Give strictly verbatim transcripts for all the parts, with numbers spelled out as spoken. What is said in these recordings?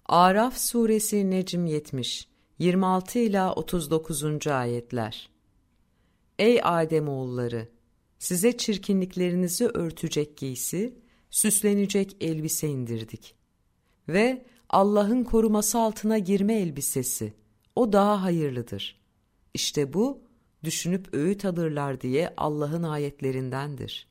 Araf suresi Necm yetmiş yirmi altı ila otuz dokuzuncu ayetler. Ey Ademoğulları! Size çirkinliklerinizi örtecek giysi, süslenecek elbise indirdik. Ve Allah'ın koruması altına girme elbisesi, o daha hayırlıdır. İşte bu, düşünüp öğüt alırlar diye Allah'ın ayetlerindendir.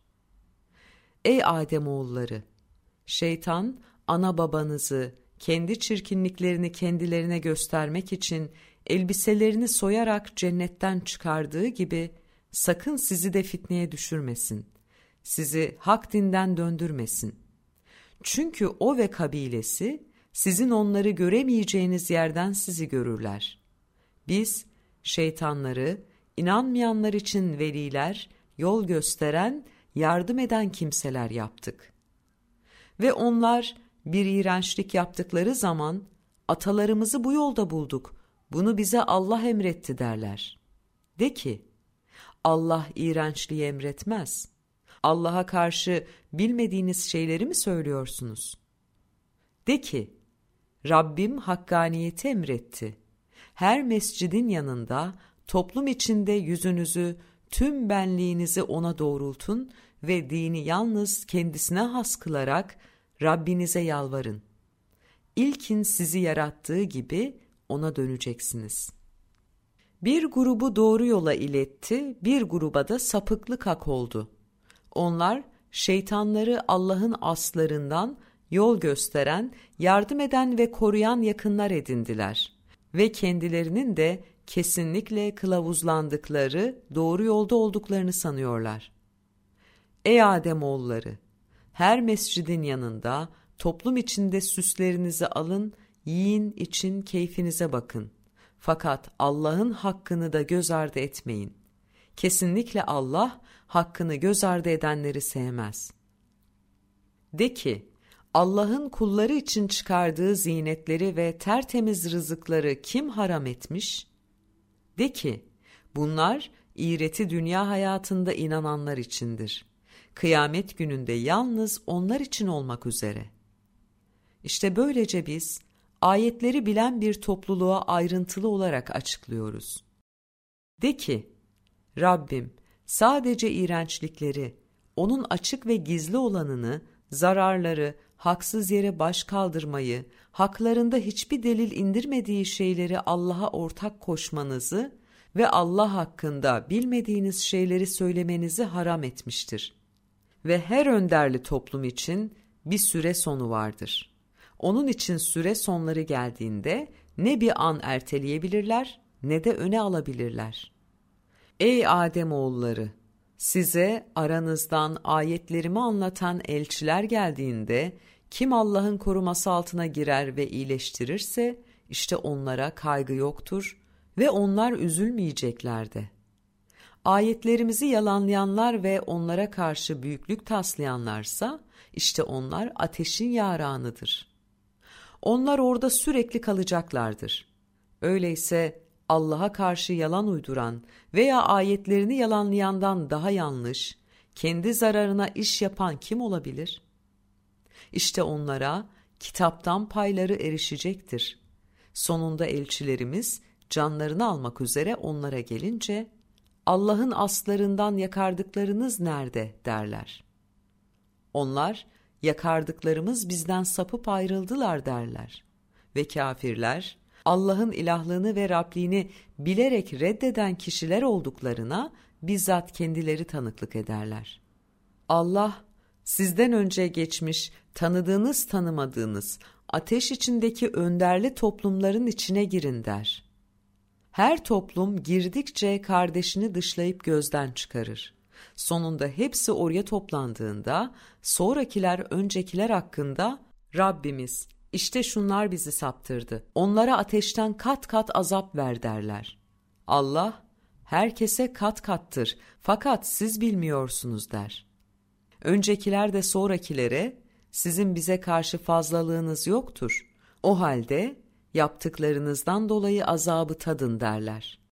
Ey Ademoğulları! Şeytan, ana babanızı, kendi çirkinliklerini kendilerine göstermek için elbiselerini soyarak cennetten çıkardığı gibi sakın sizi de fitneye düşürmesin. Sizi hak dinden döndürmesin. Çünkü o ve kabilesi sizin onları göremeyeceğiniz yerden sizi görürler. Biz şeytanları inanmayanlar için veliler, yol gösteren, yardım eden kimseler yaptık. Ve onlar bir iğrençlik yaptıkları zaman, atalarımızı bu yolda bulduk, bunu bize Allah emretti derler. De ki, Allah iğrençliği emretmez. Allah'a karşı bilmediğiniz şeyleri mi söylüyorsunuz? De ki, Rabbim hakkaniyeti emretti. Her mescidin yanında, toplum içinde yüzünüzü, tüm benliğinizi ona doğrultun ve dini yalnız kendisine has kılarak Rabbinize yalvarın. İlkin sizi yarattığı gibi ona döneceksiniz. Bir grubu doğru yola iletti, bir gruba da sapıklık hak oldu. Onlar şeytanları Allah'ın aslarından yol gösteren, yardım eden ve koruyan yakınlar edindiler. Ve kendilerinin de kesinlikle kılavuzlandıkları, doğru yolda olduklarını sanıyorlar. Ey Ademoğulları! Her mescidin yanında, toplum içinde süslerinizi alın, yiyin, için, keyfinize bakın. Fakat Allah'ın hakkını da göz ardı etmeyin. Kesinlikle Allah, hakkını göz ardı edenleri sevmez. De ki, Allah'ın kulları için çıkardığı zinetleri ve tertemiz rızıkları kim haram etmiş? De ki, bunlar iğreti dünya hayatında inananlar içindir. Kıyamet gününde yalnız onlar için olmak üzere. İşte böylece biz ayetleri bilen bir topluluğa ayrıntılı olarak açıklıyoruz. De ki, Rabbim sadece iğrençlikleri, onun açık ve gizli olanını, zararları, haksız yere baş kaldırmayı, haklarında hiçbir delil indirmediği şeyleri Allah'a ortak koşmanızı ve Allah hakkında bilmediğiniz şeyleri söylemenizi haram etmiştir. Ve her önderli toplum için bir süre sonu vardır. Onun için süre sonları geldiğinde ne bir an erteleyebilirler ne de öne alabilirler. Ey Ademoğulları! Size aranızdan ayetlerimi anlatan elçiler geldiğinde kim Allah'ın koruması altına girer ve iyileştirirse işte onlara kaygı yoktur ve onlar üzülmeyecekler de. Ayetlerimizi yalanlayanlar ve onlara karşı büyüklük taslayanlarsa işte onlar ateşin yağranıdır. Onlar orada sürekli kalacaklardır. Öyleyse Allah'a karşı yalan uyduran veya ayetlerini yalanlayandan daha yanlış, kendi zararına iş yapan kim olabilir? İşte onlara kitaptan payları erişecektir. Sonunda elçilerimiz canlarını almak üzere onlara gelince, Allah'ın aslarından yakardıklarınız nerede derler. Onlar, yakardıklarımız bizden sapıp ayrıldılar derler. Ve kafirler, Allah'ın ilahlığını ve Rabliğini bilerek reddeden kişiler olduklarına bizzat kendileri tanıklık ederler. Allah, sizden önce geçmiş, tanıdığınız tanımadığınız, ateş içindeki önderli toplumların içine girin der. Her toplum girdikçe kardeşini dışlayıp gözden çıkarır. Sonunda hepsi oraya toplandığında, sonrakiler öncekiler hakkında, Rabbimiz, işte şunlar bizi saptırdı, onlara ateşten kat kat azap ver derler. Allah, herkese kat kattır, fakat siz bilmiyorsunuz der. Öncekiler de sonrakilere, sizin bize karşı fazlalığınız yoktur. O halde yaptıklarınızdan dolayı azabı tadın derler.